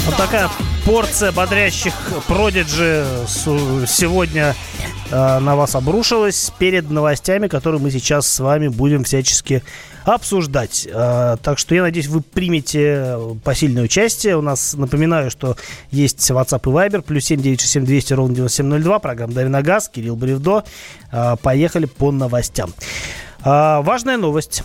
Вот такая порция бодрящих Prodigy сегодня на вас обрушилась перед новостями, которые мы сейчас с вами будем всячески обсуждать. Так что я надеюсь, вы примете посильное участие. У нас, напоминаю, что есть WhatsApp и Viber, +7 967 200 9702, программа «Дави на газ», Кирилл Бревдо. Поехали по новостям. Важная новость.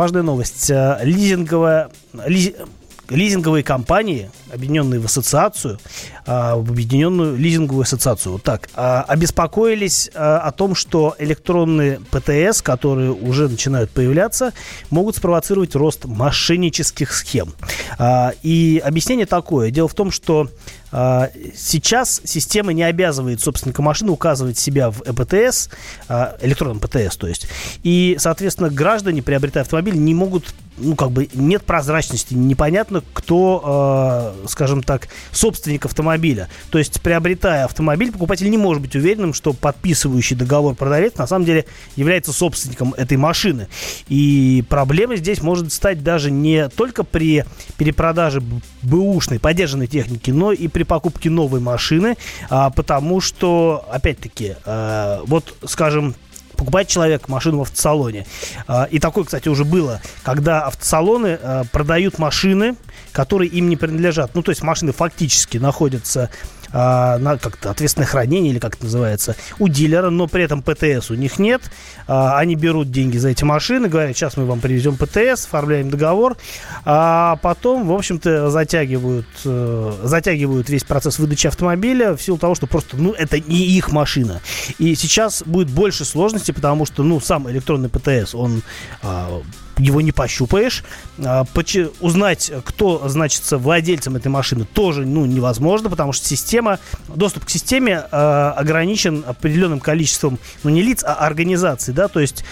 Лизинговые компании, объединенные в ассоциацию, в объединенную лизинговую ассоциацию, вот так, обеспокоились о том, что электронные ПТС, которые уже начинают появляться, могут спровоцировать рост мошеннических схем. И объяснение такое. Дело в том, что сейчас система не обязывает собственника машины указывать себя в ЭПТС, электронном ПТС, то есть. И, соответственно, граждане, приобретая автомобиль, не могут, нет прозрачности, непонятно, кто, скажем так, собственник автомобиля. То есть, приобретая автомобиль, покупатель не может быть уверенным, что подписывающий договор продавец на самом деле является собственником этой машины. И проблема здесь может стать даже не только при перепродаже бэушной, подержанной техники, но и при покупке новой машины, потому что, опять-таки, скажем, покупает человек машину в автосалоне. И такое, кстати, уже было, когда автосалоны продают машины, которые им не принадлежат. То есть машины фактически находятся на как-то ответственное хранение, или как это называется, у дилера, но при этом ПТС у них нет. Они берут деньги за эти машины, говорят, сейчас мы вам привезем ПТС, оформляем договор, а потом, в общем-то, затягивают весь процесс выдачи автомобиля в силу того, что просто, это не их машина. И сейчас будет больше сложностей, потому что, сам электронный ПТС, он... его не пощупаешь. Узнать, кто значится владельцем этой машины, тоже невозможно, потому что доступ к системе ограничен определенным количеством, не лиц, а организаций, да, то есть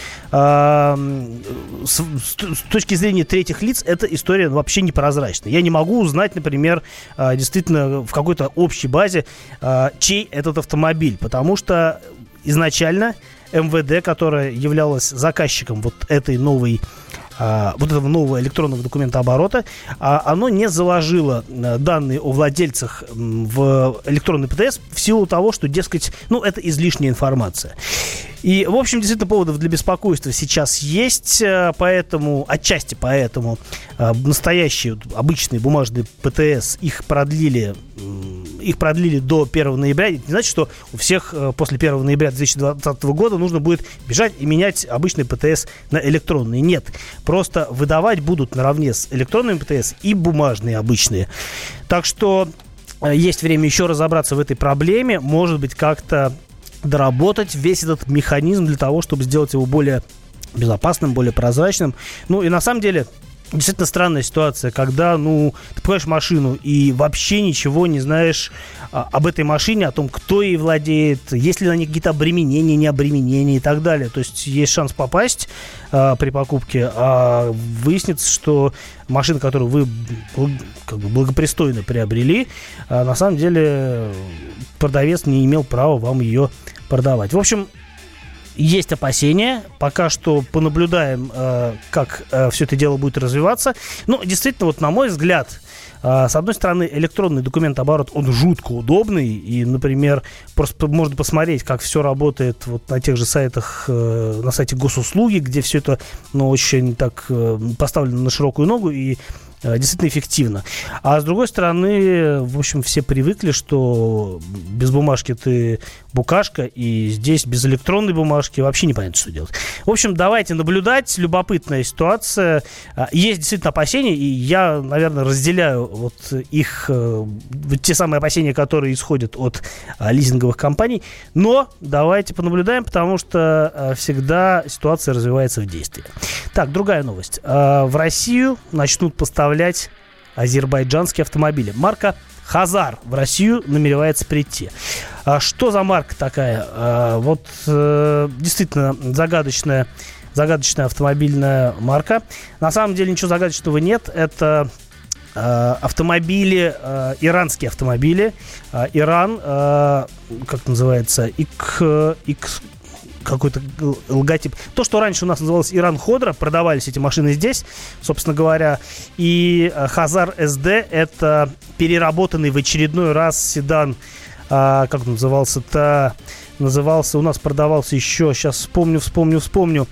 с точки зрения третьих лиц эта история вообще непрозрачна. Я не могу узнать, например, действительно в какой-то общей базе, чей этот автомобиль, потому что изначально МВД, которая являлась заказчиком этого нового электронного документа оборота, оно не заложило данные о владельцах в электронный ПТС в силу того, что, дескать, это излишняя информация. И, в общем, действительно, поводов для беспокойства сейчас есть, отчасти поэтому настоящие обычные бумажные ПТС их продлили до 1 ноября. Это не значит, что у всех после 1 ноября 2020 года нужно будет бежать и менять обычный ПТС на электронный. Нет. Просто выдавать будут наравне с электронными ПТС и бумажные обычные. Так что есть время еще разобраться в этой проблеме. Может быть, как-то доработать весь этот механизм для того, чтобы сделать его более безопасным, более прозрачным. И на самом деле... Действительно странная ситуация, когда, ты покупаешь машину и вообще ничего не знаешь об этой машине, о том, кто ей владеет, есть ли на ней какие-то обременения, необременения и так далее. То есть есть шанс попасть при покупке, а выяснится, что машина, которую вы благопристойно приобрели, на самом деле продавец не имел права вам ее продавать. В общем, есть опасения. Пока что понаблюдаем, как все это дело будет развиваться. Но действительно, на мой взгляд, с одной стороны, электронный документооборот, он жутко удобный. И, например, просто можно посмотреть, как все работает на тех же сайтах, на сайте госуслуги, где все это очень так поставлено на широкую ногу и действительно эффективно. А с другой стороны, в общем, все привыкли, что без бумажки ты букашка, и здесь без электронной бумажки вообще непонятно, что делать. В общем, давайте наблюдать. Любопытная ситуация. Есть действительно опасения, и я, наверное, разделяю их, те самые опасения, которые исходят от лизинговых компаний. Но давайте понаблюдаем, потому что всегда ситуация развивается в действии. Так, другая новость. В Россию начнут поставлять азербайджанские автомобили. Марка Хазар в Россию намеревается прийти. Что за марка такая? Действительно загадочная автомобильная марка. На самом деле ничего загадочного нет. Это автомобили, иранские автомобили. Иран, как называется, какой-то логотип. То, что раньше у нас называлось Иран Ходра, продавались эти машины здесь, собственно говоря. И Хазар СД — это переработанный в очередной раз седан, как он назывался-то? Назывался, у нас продавался еще, сейчас вспомню.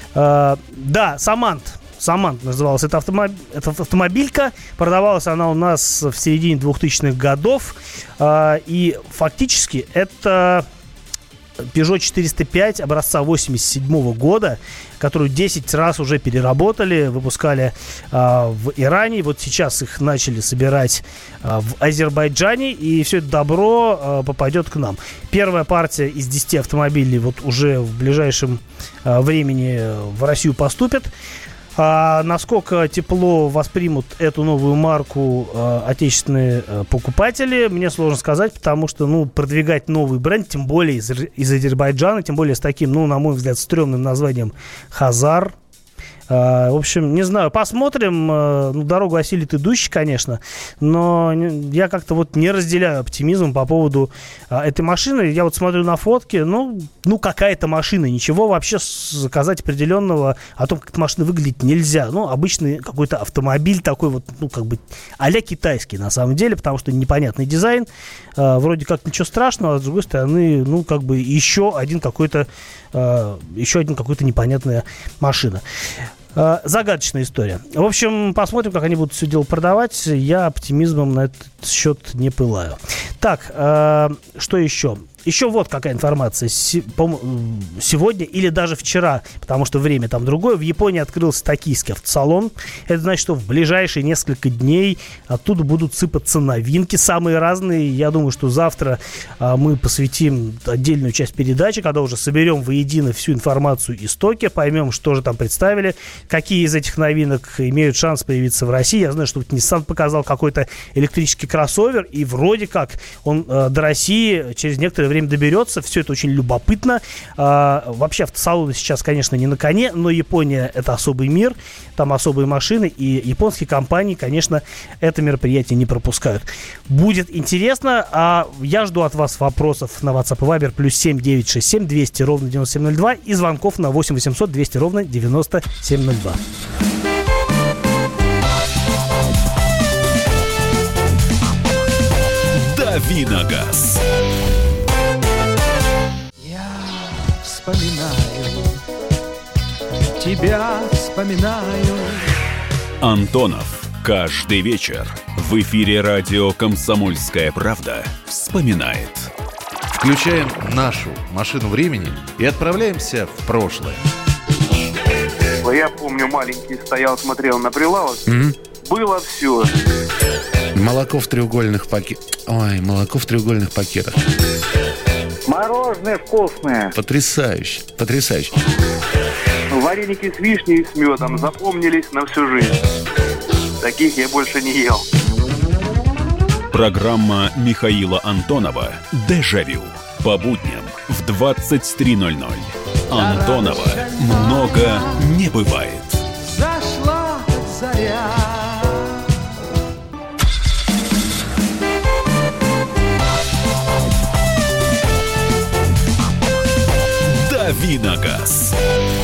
Да, Самант называлась эта автомобилька. Продавалась она у нас в середине 2000-х годов. И фактически это Peugeot 405 образца 87 года, которую 10 раз уже переработали, выпускали в Иране. Вот сейчас их начали собирать в Азербайджане, и все это добро попадет к нам. Первая партия из 10 автомобилей вот уже в ближайшем времени в Россию поступит. Насколько тепло воспримут эту новую марку отечественные покупатели, мне сложно сказать, потому что, продвигать новый бренд, тем более из Азербайджана, тем более с таким, на мой взгляд, стрёмным названием «Хазар». В общем, не знаю, посмотрим. Дорогу осилит идущий, конечно, но я как-то вот не разделяю оптимизм по поводу этой машины. Я вот смотрю на фотки, какая-то машина, ничего вообще сказать определенного о том, как эта машина выглядит, нельзя. Обычный какой-то автомобиль такой вот, а-ля китайский на самом деле, потому что непонятный дизайн, вроде как ничего страшного, а с другой стороны, еще один какой-то непонятная машина. Загадочная история. В общем, посмотрим, как они будут все дело продавать. Я оптимизмом на этот счет не пылаю. Так, что еще? Еще вот какая информация. Сегодня или даже вчера, потому что время там другое, в Японии открылся токийский автосалон. Это значит, что в ближайшие несколько дней оттуда будут сыпаться новинки, самые разные. Я думаю, что завтра мы посвятим отдельную часть передачи, когда уже соберем воедино всю информацию из Токио, поймем, что же там представили, какие из этих новинок имеют шанс появиться в России. Я знаю, что Nissan показал какой-то электрический кроссовер, и вроде как он до России через некоторое время доберется. Все это очень любопытно. Вообще автосалоны сейчас, конечно, не на коне, но Япония — это особый мир, там особые машины, и японские компании, конечно, это мероприятие не пропускают. Будет интересно, а я жду от вас вопросов на WhatsApp и Viber +7 967 200 ровно 9702 и звонков на 8 800 200 ровно 9702. Давиногаз. Вспоминаю, тебя вспоминаю. Антонов. Каждый вечер в эфире радио «Комсомольская правда» вспоминает. Включаем нашу машину времени и отправляемся в прошлое. Я помню, маленький стоял, смотрел на прилавок. Было все. Молоко в треугольных пакетах. Ой, молоко в треугольных пакетах. Мороженое вкусное. Потрясающе, потрясающе. Вареники с вишней и с медом запомнились на всю жизнь. Таких я больше не ел. Программа Михаила Антонова «Дежавю». По будням в 23:00. Антонова много не бывает. Зашла заря. Давиногаз.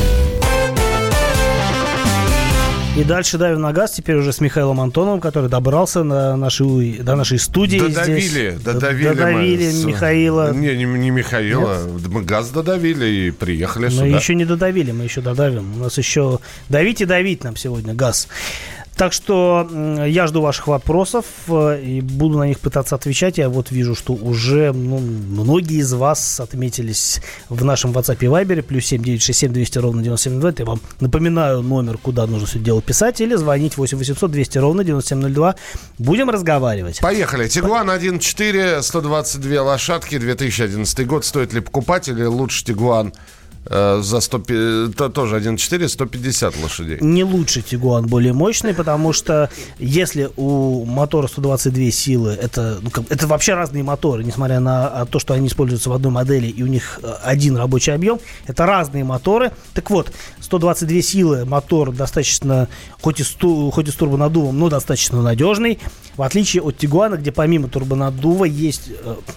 И дальше давим на газ, теперь уже с Михаилом Антоновым, который добрался до нашей студии. Додавили мы Михаила. Не Михаила. Нет? Мы газ додавили и приехали сюда. Мы еще не додавили, мы еще додавим. У нас еще давить и давить нам сегодня газ. Так что я жду ваших вопросов и буду на них пытаться отвечать. Я вот вижу, что уже многие из вас отметились в нашем WhatsApp и Viber +7 967 200 ровно 9702. Я вам напоминаю номер, куда нужно все дело писать, или звонить 8 800 200 ровно 9702. Будем разговаривать. Поехали. Тигуан 1.4, 122 лошадки, 2011 год. Стоит ли покупать или лучше Тигуан? За 100, тоже 1.4, 150 лошадей. Не лучше Тигуан, более мощный, потому что если у мотора 122 силы, это вообще разные моторы, несмотря на то, что они используются в одной модели и у них один рабочий объем, это разные моторы. Так вот, 122 силы мотор достаточно, хоть и с турбонаддувом, но достаточно надежный, в отличие от Тигуана, где помимо турбонаддува есть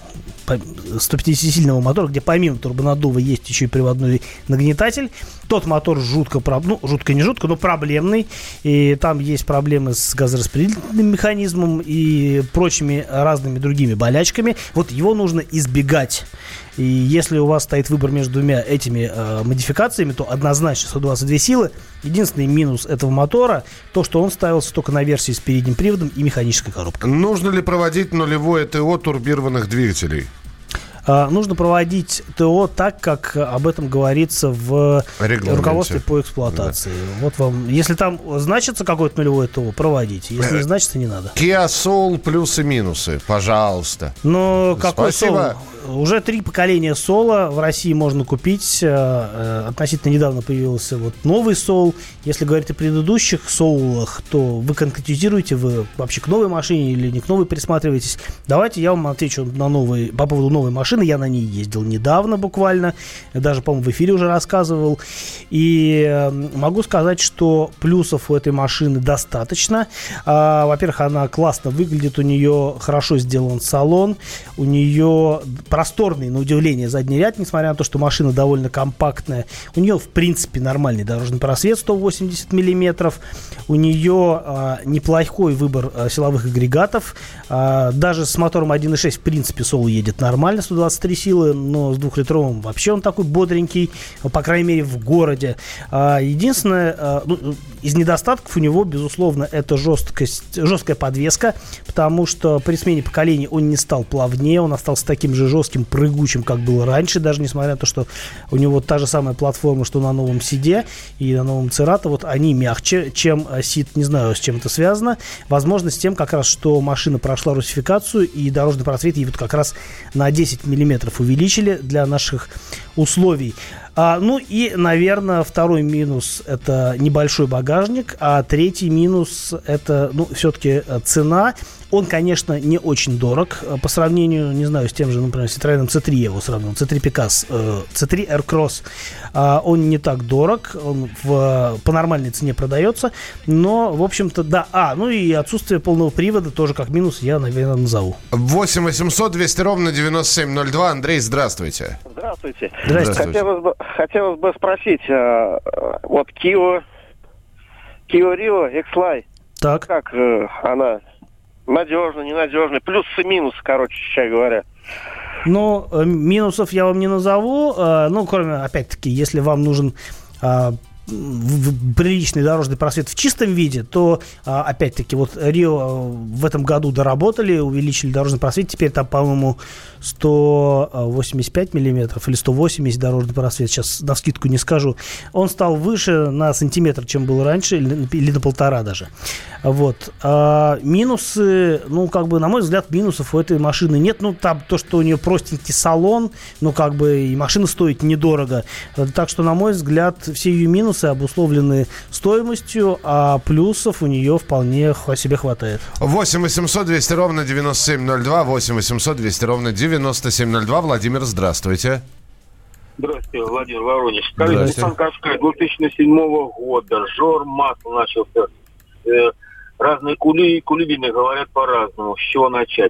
150-сильного мотора, где помимо турбонаддува есть еще и приводной нагнетатель. Тот мотор жутко не жутко, но проблемный. И там есть проблемы с газораспределительным механизмом и прочими разными другими болячками. Вот его нужно избегать. И если у вас стоит выбор между двумя этими модификациями, то однозначно 122 силы. Единственный минус этого мотора то, что он ставился только на версии с передним приводом и механической коробкой. Нужно ли проводить нулевое ТО турбированных двигателей? Нужно проводить ТО так, как об этом говорится в руководстве по эксплуатации. Да. Вот вам, если там значится какое-то нулевое ТО, проводите. Если не значится, не надо. Kia Soul плюсы-минусы, пожалуйста. Но какой Soul? Уже 3 поколения Soul в России можно купить. Относительно недавно появился вот новый Soul. Если говорить о предыдущих Soul, то вы конкретизируете, вы вообще к новой машине или не к новой присматриваетесь. Давайте я вам отвечу по поводу новой машины. Я на ней ездил недавно буквально. Даже, по-моему, в эфире уже рассказывал. И могу сказать, что плюсов у этой машины достаточно. Во-первых, она классно выглядит. У нее хорошо сделан салон. У нее просторный, на удивление, задний ряд, несмотря на то, что машина довольно компактная. У нее, в принципе, нормальный дорожный просвет 180 миллиметров. У нее неплохой выбор силовых агрегатов. Даже с мотором 1.6, в принципе, Soul едет нормально, 123 силы, но с 2-литровым вообще он такой бодренький, по крайней мере, в городе. Единственное, из недостатков у него, безусловно, это жесткая подвеска, потому что при смене поколений он не стал плавнее, он остался таким же жестким, прыгучим, как был раньше, даже несмотря на то, что у него та же самая платформа, что на новом Сиде и на новом Церато, вот они мягче, чем Сид, не знаю, с чем это связано. Возможно, с тем, как раз, что машина прошла русификацию, и дорожный просвет ей вот как раз на 10 миллиметров увеличили для наших условий. Ну и, наверное, второй минус – это небольшой багажник, а третий минус – это, все-таки цена. Он, конечно, не очень дорог по сравнению, не знаю, с тем же, например, Citroёn C3 я его сравнил, C3 Picasso, C3 Aircross. Он не так дорог, он по нормальной цене продается, но, в общем-то, да. Ну и отсутствие полного привода тоже как минус я, наверное, назову. 8 800 200 ровно 9702. Андрей, здравствуйте. Здравствуйте. Хотелось бы спросить, вот Kia Rio X-Line, так. Как она надежная, ненадежная, плюсы и минусы, короче говоря. Но минусов я вам не назову, кроме, опять-таки, если вам нужен приличный дорожный просвет в чистом виде, то, опять-таки, вот Рио в этом году доработали, увеличили дорожный просвет, теперь там, по-моему, 185 миллиметров или 180 дорожный просвет, сейчас навскидку не скажу. Он стал выше на сантиметр, чем был раньше, или на 1,5 даже. Вот. Минусы, на мой взгляд, минусов у этой машины нет. Там то, что у нее простенький салон, и машина стоит недорого. Так что, на мой взгляд, все ее минусы обусловлены стоимостью, а плюсов у нее вполне себе хватает. 8 800 200 ровно 9702, 8 800 200 ровно 9702. Владимир, здравствуйте. Здравствуйте, Владимир, Воронеж. Скажите, Nissan Qashqai 2007 года, жор масла начался. Разные кулибины говорят по-разному. С чего начать?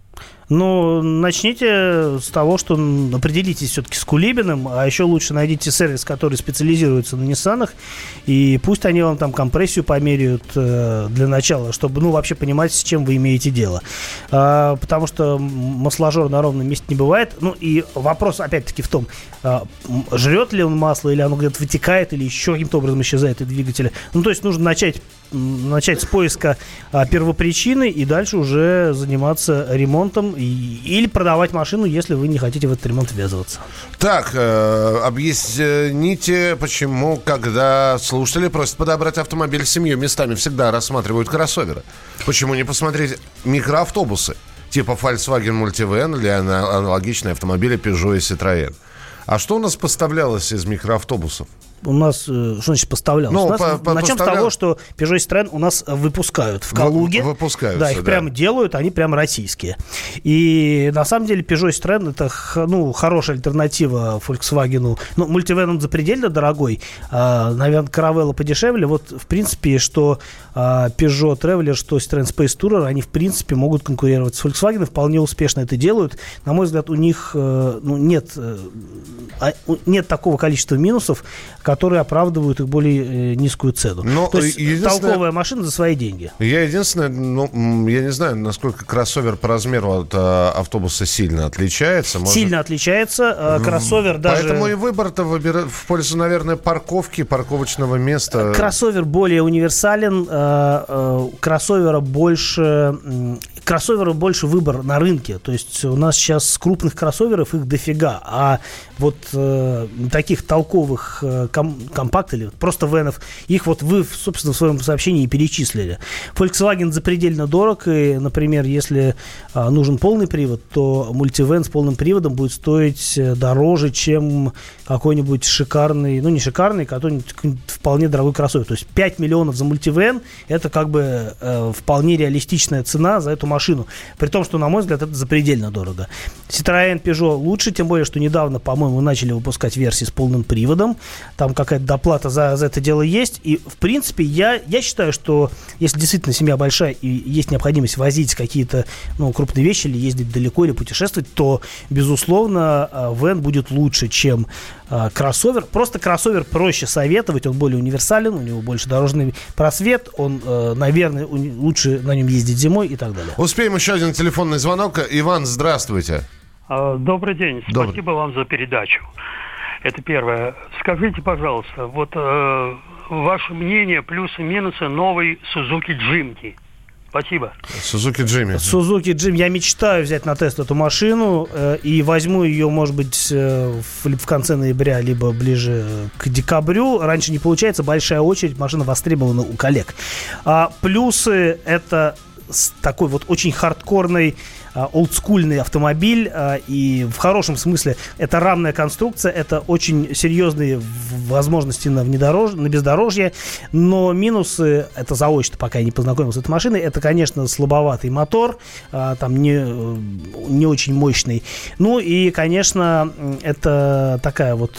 Начните с того, что определитесь все-таки с кулибиным, а еще лучше найдите сервис, который специализируется на Ниссанах, и пусть они вам там компрессию померяют для начала, чтобы, вообще понимать, с чем вы имеете дело. Потому что масложор на ровном месте не бывает. И вопрос, опять-таки, в том, жрет ли он масло, или оно где-то вытекает, или еще каким-то образом исчезает из двигателя. То есть нужно начать с поиска первопричины и дальше уже заниматься ремонтом или продавать машину, если вы не хотите в этот ремонт ввязываться. Так, объясните, почему, когда слушатели просят подобрать автомобиль с 7 местами, всегда рассматривают кроссоверы. Почему не посмотреть микроавтобусы типа Volkswagen Multivan или аналогичные автомобили Peugeot и Citroёn? А что у нас поставлялось из микроавтобусов? у нас, что значит поставлялось? Ну, у нас начнем с того, что Peugeot и Citroёn у нас выпускают в Калуге. Выпускаются, да, их прямо делают, они прям российские. И на самом деле Peugeot и Citroёn это хорошая альтернатива Volkswagen. Ну, мультивэн он запредельно дорогой. Наверное, Caravelle подешевле. Вот, в принципе, что Peugeot Traveler, что Citroёn Space Tourer, они, в принципе, могут конкурировать с Volkswagen, вполне успешно это делают. На мой взгляд, у них нет такого количества минусов, которые оправдывают их более низкую цену. Но то есть толковая машина за свои деньги. Я не знаю, насколько кроссовер по размеру от автобуса сильно отличается. Сильно отличается. Кроссовер даже... Поэтому и выбор-то в пользу, наверное, парковки, парковочного места. Кроссовер более универсален. Кроссовера больше выбор на рынке. То есть у нас сейчас крупных кроссоверов их дофига. А вот таких толковых компакт или просто венов, их вот вы, собственно, в своем сообщении и перечислили. Volkswagen запредельно дорог, и, например, если нужен полный привод, то мультивэн с полным приводом будет стоить дороже, чем какой-нибудь шикарный, не шикарный, какой-нибудь вполне дорогой кроссовер. То есть 5 миллионов за мультивэн – это как бы вполне реалистичная цена за эту машину. При том, что, на мой взгляд, это запредельно дорого. Citroёn, Peugeot лучше, тем более, что недавно, по-моему, начали выпускать версии с полным приводом. Там какая-то доплата за это дело есть. И, в принципе, я считаю, что если действительно семья большая и есть необходимость возить какие-то крупные вещи или ездить далеко, или путешествовать, то, безусловно, вэн будет лучше, чем кроссовер. Просто кроссовер проще советовать, он более универсален, у него больше дорожный просвет, он, наверное, лучше на нем ездить зимой и так далее. Успеем еще один телефонный звонок. Иван, здравствуйте. Добрый день. Спасибо вам за передачу. Это первое. Скажите, пожалуйста, вот ваше мнение, плюсы и минусы новой Suzuki Jimny. Спасибо. Suzuki Jimny. Я мечтаю взять на тест эту машину и возьму ее, может быть, в конце ноября, либо ближе к декабрю. Раньше не получается, большая очередь, машина востребована у коллег. Плюсы — это такой вот очень хардкорный олдскульный автомобиль, и в хорошем смысле это рамная конструкция, это очень серьезные возможности на бездорожье, но минусы, это заочно, пока я не познакомился с этой машиной, это, конечно, слабоватый мотор, там не очень мощный, и, конечно, это такая вот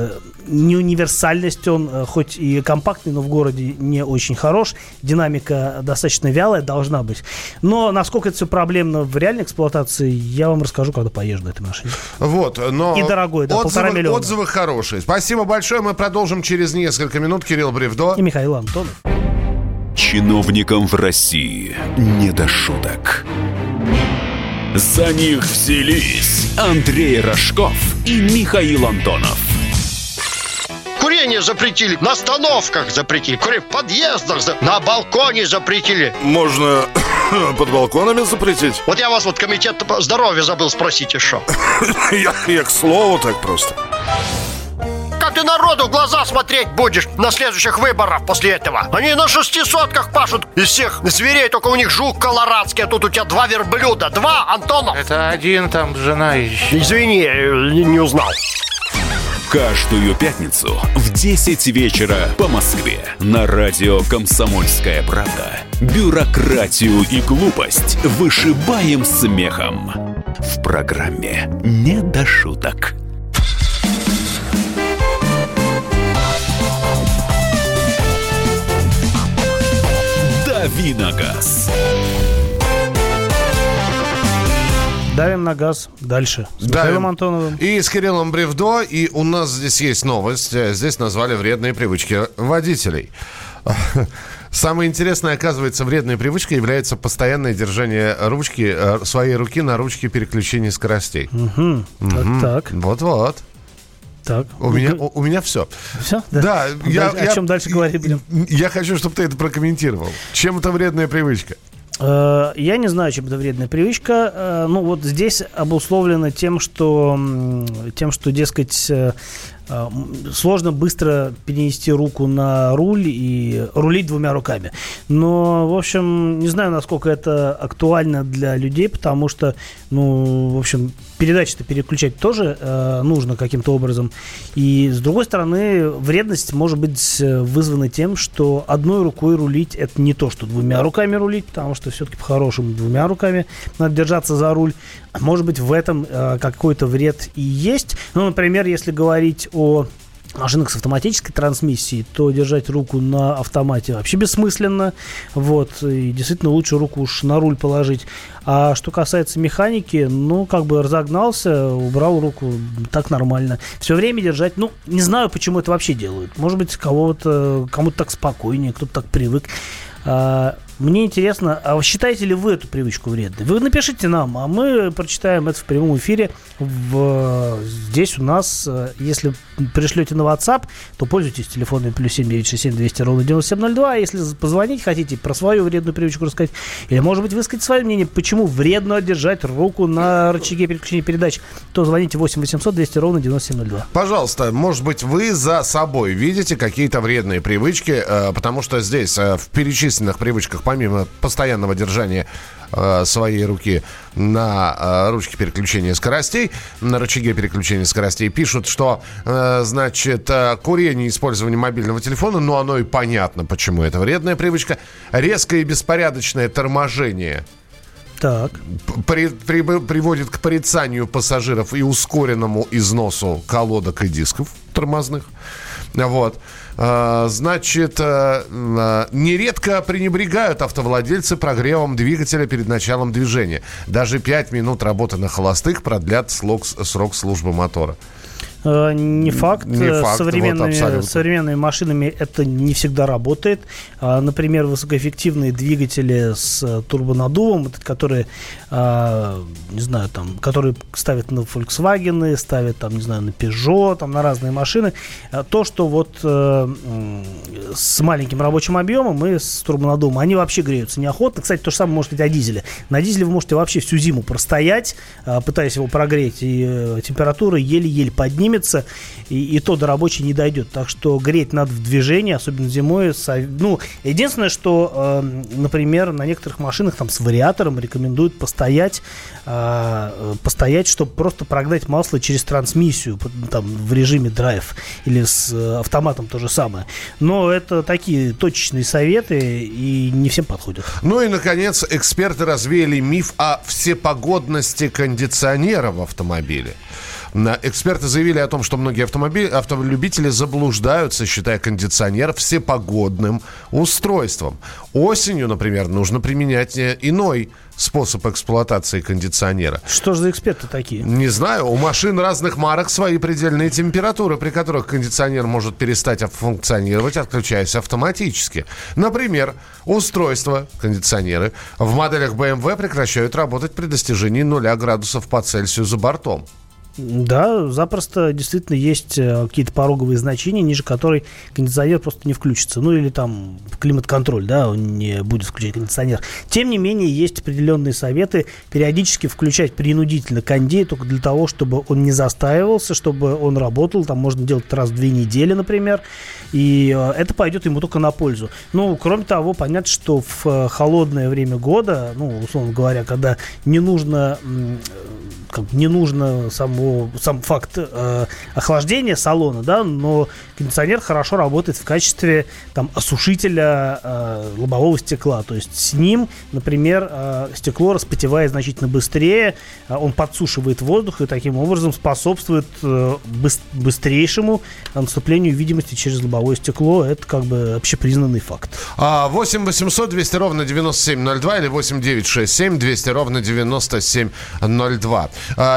неуниверсальность, он хоть и компактный, но в городе не очень хорош, динамика достаточно вялая должна быть, но насколько это все проблемно в реальной эксплуатации, я вам расскажу, когда поезжу на этой машине. Но и дорогой, да, 1,5 миллиона. Отзывы хорошие. Спасибо большое, мы продолжим через несколько минут. Кирилл Бревдо и Михаил Антонов. Чиновникам в России не до шуток. За них взялись Андрей Рожков и Михаил Антонов. Курение запретили, на остановках запретили, в подъездах, на балконе запретили. Можно под балконами запретить? Вот я вас комитет здоровья забыл спросить еще. Я к слову так просто. Как ты народу в глаза смотреть будешь на следующих выборах после этого? Они на 600-ках пашут из всех зверей, только у них жук колорадский, а тут у тебя 2 верблюда. 2, Антонов? Это один, там жена еще. Извини, не узнал. Каждую пятницу в 10 вечера по Москве на радио «Комсомольская правда» бюрократию и глупость вышибаем смехом. В программе «Не до шуток». «Дави на газ». Давим на газ. Дальше. С Михаилом Антоновым. И с Кириллом Бревдо. И у нас здесь есть новость. Здесь назвали вредные привычки водителей. Самое интересное, оказывается, вредной привычкой является постоянное держание своей руки на ручке переключения скоростей. Так. Вот-вот. Так. У меня все. Все? Да. О чем дальше говорить будем? Я хочу, чтобы ты это прокомментировал. Чем это вредная привычка? Я не знаю, чем это вредная привычка. Здесь обусловлено тем, что, дескать, сложно быстро перенести руку на руль и рулить двумя руками. Но, в общем, не знаю, насколько это актуально для людей, потому что, в общем, передачи-то переключать тоже нужно каким-то образом. И, с другой стороны, вредность может быть вызвана тем, что одной рукой рулить – это не то, что двумя руками рулить, потому что все-таки по-хорошему двумя руками надо держаться за руль. Может быть, в этом какой-то вред и есть. Например, если говорить о машинах с автоматической трансмиссией, то держать руку на автомате вообще бессмысленно. И действительно лучше руку уж на руль положить. А что касается механики, разогнался, убрал руку, так нормально. Все время держать, не знаю, почему это вообще делают. Может быть, кому-то так спокойнее, кто-то так привык. Мне интересно, а считаете ли вы эту привычку вредной? Вы напишите нам, а мы прочитаем это в прямом эфире. Здесь у нас, если пришлете на WhatsApp, то пользуйтесь телефонами +7 967 200 9702. А если позвонить хотите, про свою вредную привычку рассказать, или, может быть, высказать свое мнение, почему вредно держать руку на рычаге переключения передач, то звоните 8 800 200 9702. Пожалуйста, может быть, вы за собой видите какие-то вредные привычки, потому что здесь в перечисленных привычках, помимо постоянного держания своей руки на ручке переключения скоростей, на рычаге переключения скоростей, пишут, что, курение и использование мобильного телефона, оно и понятно, почему это вредная привычка. Резкое и беспорядочное торможение приводит к порицанию пассажиров и ускоренному износу колодок и дисков тормозных. Нередко пренебрегают автовладельцы прогревом двигателя перед началом движения. Даже 5 минут работы на холостых продлят срок службы мотора. Не факт. Современными машинами это не всегда работает. Например, высокоэффективные двигатели с турбонаддувом, которые, которые ставят на Volkswagen, ставят на Peugeot, на разные машины. То, что с маленьким рабочим объемом и с турбонаддувом, они вообще греются неохотно. Кстати, то же самое может быть о дизеле. На дизеле вы можете вообще всю зиму простоять, пытаясь его прогреть, и температура еле-еле поднимется. И то до рабочей не дойдет. Так что греть надо в движении, особенно зимой. Единственное, что, например, на некоторых машинах с вариатором рекомендуют постоять, чтобы просто прогнать масло через трансмиссию в режиме драйв. Или с автоматом то же самое. Но это такие точечные советы, и не всем подходят. И, наконец, эксперты развеяли миф о всепогодности кондиционера в автомобиле. Эксперты заявили о том, что многие автолюбители заблуждаются, считая кондиционер всепогодным устройством. Осенью, например, нужно применять иной способ эксплуатации кондиционера. Что же за эксперты такие? Не знаю. У машин разных марок свои предельные температуры, при которых кондиционер может перестать функционировать, отключаясь автоматически. Например, устройства, кондиционеры в моделях BMW прекращают работать при достижении 0 градусов по Цельсию за бортом. Да, запросто действительно есть какие-то пороговые значения, ниже которой кондиционер просто не включится. Или климат-контроль, он не будет включать кондиционер. Тем не менее, есть определенные советы периодически включать принудительно кондей, только для того, чтобы он не застаивался, чтобы он работал. Можно делать раз в 2 недели, например. И это пойдет ему только на пользу. Кроме того, понятно, что в холодное время года, условно говоря, когда не нужно сам факт охлаждения салона, но кондиционер хорошо работает в качестве осушителя лобового стекла. То есть с ним, например, стекло распотевает значительно быстрее, он подсушивает воздух и таким образом способствует быстрейшему наступлению видимости через лобовое стекло. Это общепризнанный факт. 8 800 200 ровно 9702 или 8 967 200 ровно 9702.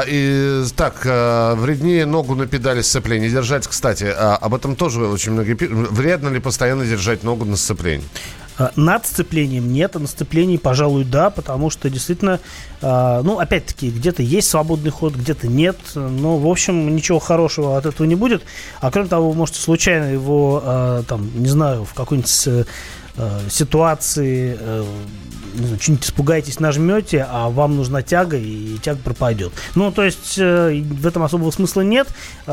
Вреднее ногу на педали сцепления держать. Кстати, об этом тоже очень многие пишут. Вредно ли постоянно держать ногу на сцеплении? Над сцеплением нет, а на сцеплении, пожалуй, да, потому что действительно, опять-таки, где-то есть свободный ход, где-то нет, но, в общем, ничего хорошего от этого не будет. А кроме того, вы можете случайно его, в какой-нибудь ситуации что-нибудь испугаетесь, нажмете, а вам нужна тяга, и тяга пропадет. Ну, то есть в этом особого смысла нет.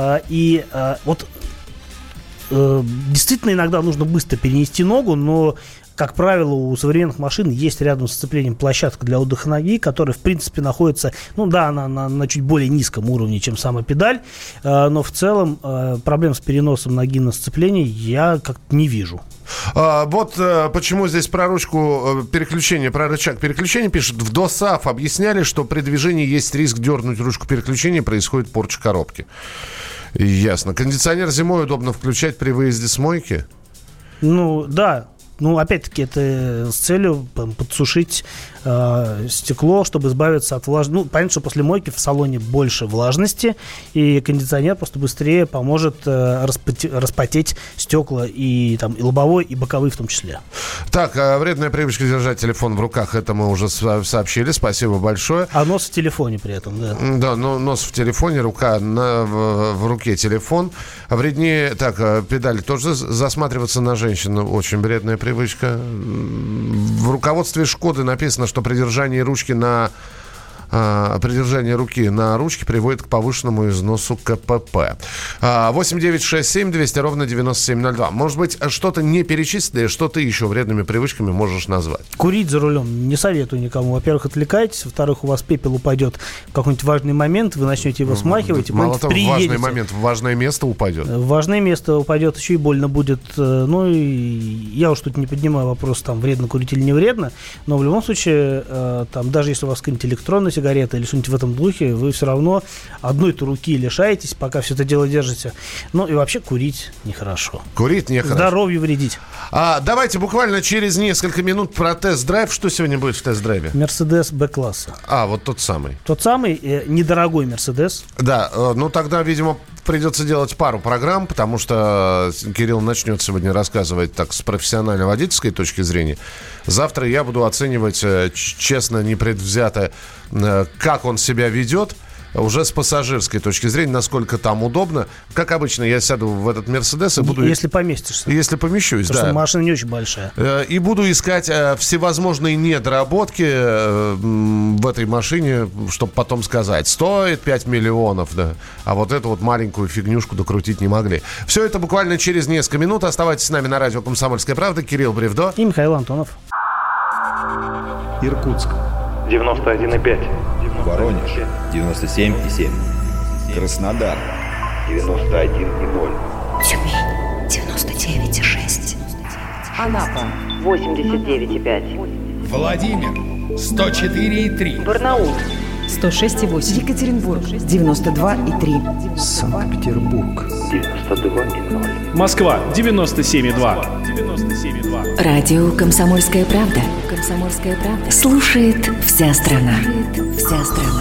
Действительно иногда нужно быстро перенести ногу, но, как правило, у современных машин есть рядом с сцеплением площадка для отдыха ноги, которая, в принципе, находится, она на чуть более низком уровне, чем сама педаль, но в целом проблем с переносом ноги на сцепление я как-то не вижу. Почему здесь про ручку переключения, про рычаг переключения пишут. В ДОСААФ объясняли, что при движении есть риск дернуть ручку переключения, происходит порча коробки. Ясно. Кондиционер зимой удобно включать при выезде с мойки? Да. Опять-таки, это с целью подсушить стекло, чтобы избавиться от влажности. Понятно, что после мойки в салоне больше влажности, и кондиционер просто быстрее поможет распотеть стекла и лобовой, и боковые в том числе. Так, вредная привычка держать телефон в руках, это мы уже сообщили, спасибо большое. А нос в телефоне при этом, да. Да, нос в телефоне, рука в руке телефон. Вреднее, педали тоже засматриваться на женщину, очень вредная привычка. В руководстве «Шкоды» написано, что придержание руки на ручке приводит к повышенному износу КПП. 8-967 200 ровно 9702. Может быть, что-то не перечисленное, что ты еще вредными привычками можешь назвать? Курить за рулем не советую никому. Во-первых, отвлекаетесь. Во-вторых, у вас пепел упадет в какой-нибудь важный момент, вы начнете его смахивать. Мало того, в важный момент, в важное место упадет. В важное место упадет, еще и больно будет. И я уж тут не поднимаю вопрос, вредно курить или не вредно, но в любом случае, даже если у вас какая-нибудь электронная сигарета или что-нибудь в этом духе, вы все равно одной-то руки лишаетесь, пока все это дело держите. И вообще курить нехорошо. Курить нехорошо. Здоровью вредить. Давайте буквально через несколько минут про тест-драйв. Что сегодня будет в тест-драйве? Мерседес Б-класса. Вот тот самый. Тот самый, недорогой Мерседес. Да, тогда, видимо, придется делать пару программ, потому что Кирилл начнет сегодня рассказывать с профессиональной водительской точки зрения. Завтра я буду оценивать честно, непредвзято, как он себя ведет, уже с пассажирской точки зрения, насколько там удобно. Как обычно, я сяду в этот Мерседес и буду... Если поместишься. Если помещусь, потому что машина не очень большая. И буду искать всевозможные недоработки в этой машине, чтобы потом сказать, стоит 5 миллионов, да, а вот эту маленькую фигнюшку докрутить не могли. Все это буквально через несколько минут. Оставайтесь с нами на радио «Комсомольская правда». Кирилл Бревдо. И Михаил Антонов. Иркутск. 91,5. Воронеж 97,7. Краснодар 91,0. Тюмень 99,6. Анапа 89,5. Владимир 104,3. Барнаул 106,8. Екатеринбург 92,3. Санкт-Петербург 92,0. Москва 97,2. Радио «Комсомольская правда». «Комсомольская правда». Слушает вся страна. Вся страна.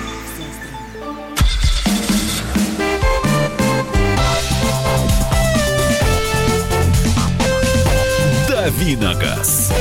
Давиногаз.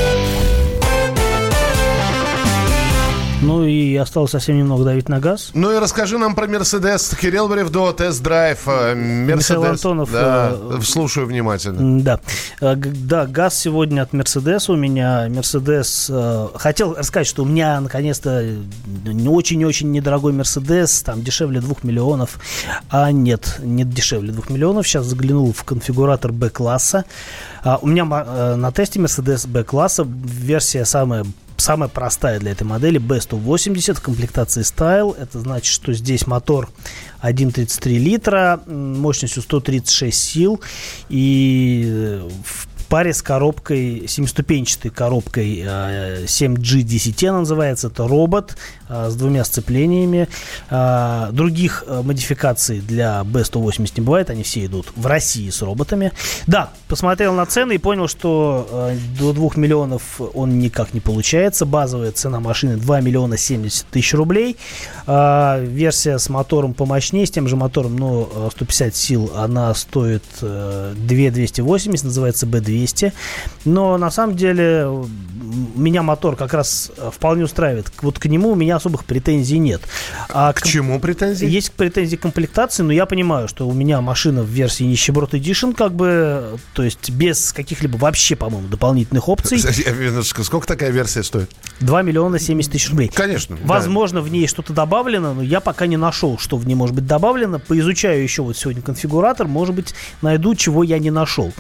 И осталось совсем немного давить на газ. И расскажи нам про Мерседес. Кирилл Бревдо, тест-драйв. Михаил Антонов. Да, слушаю внимательно. Да, газ сегодня от Мерседеса. У меня Мерседес... Хотел рассказать, что у меня, наконец-то, очень-очень недорогой Мерседес. Дешевле 2 миллионов. А нет дешевле 2 миллионов. Сейчас заглянул в конфигуратор Б-класса. У меня на тесте Мерседес Б-класса версия самая простая для этой модели, B180 в комплектации Style. Это значит, что здесь мотор 1,33 литра, мощностью 136 сил. И в паре с коробкой, 7-ступенчатой коробкой 7G10 она называется. Это робот с 2 сцеплениями. Других модификаций для B180 не бывает. Они все идут в России с роботами. Да, посмотрел на цены и понял, что до 2 миллионов он никак не получается. Базовая цена машины 2 миллиона 70 тысяч рублей. Версия с мотором помощнее, с тем же мотором, но 150 сил, она стоит 2280, называется B200. Но на самом деле меня мотор как раз вполне устраивает. Вот к нему у меня особых претензий нет. К чему претензии? Есть претензии к комплектации, но я понимаю, что у меня машина в версии нищеброд Edition, как бы, то есть без каких-либо вообще, по-моему, дополнительных опций. Сколько такая версия стоит? 2 миллиона 70 тысяч рублей. Конечно. Возможно, в ней что-то добавлено, но я пока не нашел, что в ней может быть добавлено. Поизучаю еще вот сегодня конфигуратор, может быть, найду, чего я не нашел.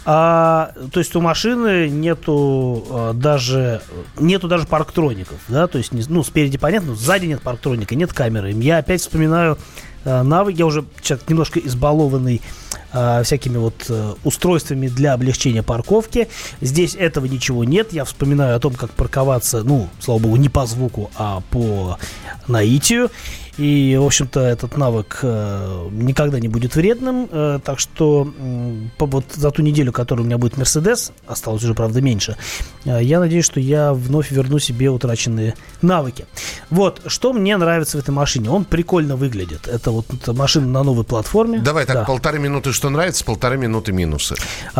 То есть у машины нету даже парктроников, да, то есть, ну, спереди понятно, сзади нет парктроника, нет камеры. Я опять вспоминаю навык, я уже человек немножко избалованный всякими вот устройствами для облегчения парковки. Здесь этого ничего нет. Я вспоминаю о том, как парковаться, ну, слава богу, не по звуку, а по наитию. И, в общем-то, этот навык никогда не будет вредным. Так что вот за ту неделю, которая у меня будет Mercedes, осталось уже, правда, меньше, я надеюсь, что я вновь верну себе утраченные навыки. Вот, что мне нравится в этой машине. Он прикольно выглядит. Это вот машина на новой платформе. Давай так, 1,5 минуты, что нравится, 1,5 минуты минусы.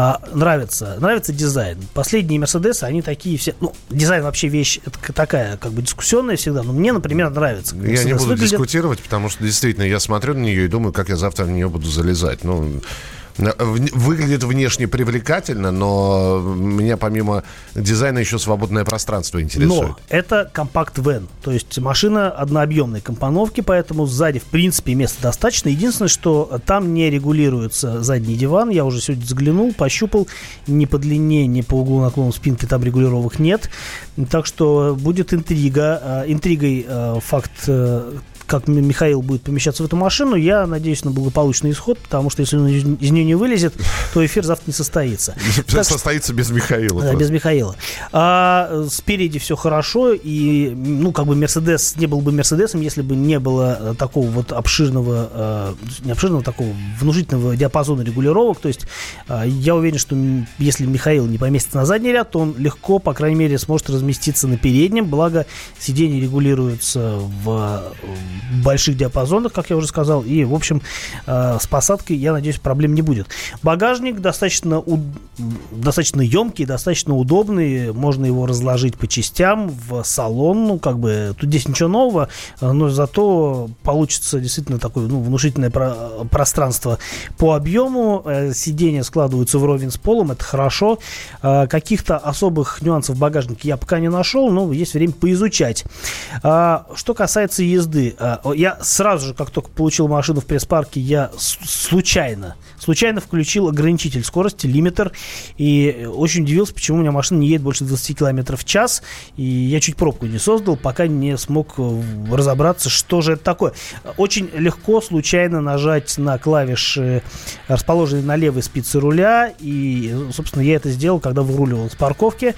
Нравится дизайн. Последние Mercedes, они такие все... Ну, дизайн вообще вещь такая, как бы дискуссионная всегда. Но мне, например, нравится. Я не буду дискутировать, потому что действительно я смотрю на нее и думаю, как я завтра в нее буду залезать. Ну, выглядит внешне привлекательно, но меня помимо дизайна еще свободное пространство интересует. Но это компакт-вэн, то есть машина однообъемной компоновки, поэтому сзади в принципе места достаточно. Единственное, что там не регулируется задний диван. Я уже сегодня заглянул, пощупал, ни по длине, ни по углу наклона спинки там регулировок нет. Так что будет интригой факт, как Михаил будет помещаться в эту машину. Я надеюсь на благополучный исход, потому что если он из нее не вылезет, то эфир завтра не состоится. Состоится без Михаила. Да, без Михаила. Спереди все хорошо, и, ну, как бы Мерседес не был бы Мерседесом, если бы не было такого вот такого внушительного диапазона регулировок. То есть я уверен, что если Михаил не поместится на задний ряд, то он легко, по крайней мере, сможет разместиться на переднем, благо сиденья регулируются в больших диапазонах, как я уже сказал, и, в общем, с посадкой, я надеюсь, проблем не будет. Багажник достаточно емкий, достаточно удобный, можно его разложить по частям в салон, ну, как бы, тут здесь ничего нового, но зато получится действительно такое, ну, внушительное пространство по объему, сиденья складываются вровень с полом, это хорошо, каких-то особых нюансов в багажнике я пока не нашел, но есть время поизучать. Что касается езды, я сразу же, как только получил машину в пресс-парке, я случайно включил ограничитель скорости, лимитер, и очень удивился, почему у меня машина не едет больше 20 км в час, и я чуть пробку не создал, пока не смог разобраться, что же это такое. Очень легко случайно нажать на клавиши, расположенные на левой спице руля, и, собственно, я это сделал, когда выруливал с парковки.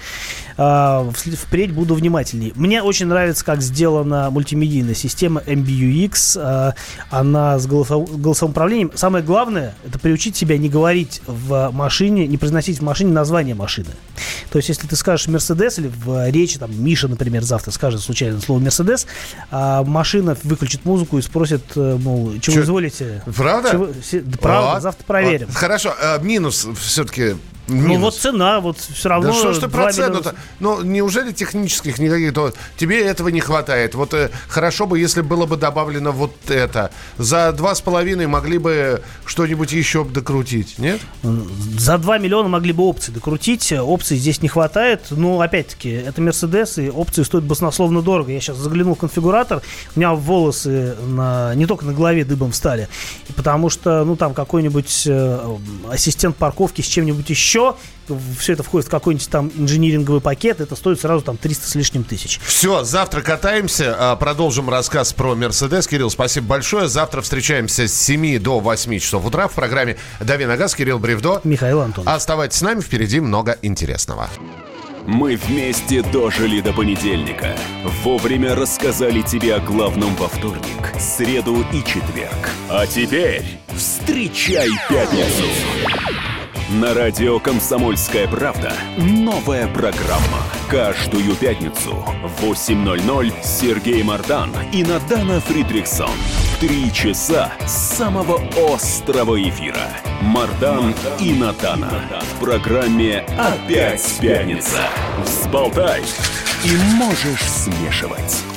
Впредь буду внимательней. Мне очень нравится, как сделана мультимедийная система MBUX. Она с голосовым управлением. Самое главное, это приучить себя не говорить в машине, не произносить в машине название машины. То есть, если ты скажешь Mercedes или в речи, там, Миша, например, завтра скажет случайно слово Mercedes, машина выключит музыку и спросит, мол, чего изволите? Правда? Правда, завтра проверим. Хорошо, минус все-таки... Ну вот цена, вот все равно. Да что ж ты про цену-то? Ну, неужели технических никаких? То тебе этого не хватает. Вот хорошо бы, если было бы добавлено вот это. За 2,5 могли бы что-нибудь еще докрутить, нет? За 2 миллиона могли бы опции докрутить. Опций здесь не хватает. Но, опять-таки, это Mercedes, и опции стоят баснословно дорого. Я сейчас заглянул в конфигуратор, у меня волосы не только на голове дыбом встали. Потому что, ну, там какой-нибудь ассистент парковки с чем-нибудь еще, все это входит в какой-нибудь там инжиниринговый пакет, это стоит сразу там 300 с лишним тысяч. Все, завтра катаемся, продолжим рассказ про Mercedes. Кирилл, спасибо большое. Завтра встречаемся с 7 до 8 часов утра в программе «Дави на газ». Кирилл Бревдо. Михаил Антонов. Оставайтесь с нами, впереди много интересного. Мы вместе дожили до понедельника. Вовремя рассказали тебе о главном во вторник, среду и четверг. А теперь встречай пятницу. На радио «Комсомольская правда» новая программа. Каждую пятницу в 8:00 Сергей Мардан и Надана Фридрихсон. 3 часа самого острого эфира. Мардан и Надана. В программе «Опять пятница». Взболтай и можешь смешивать.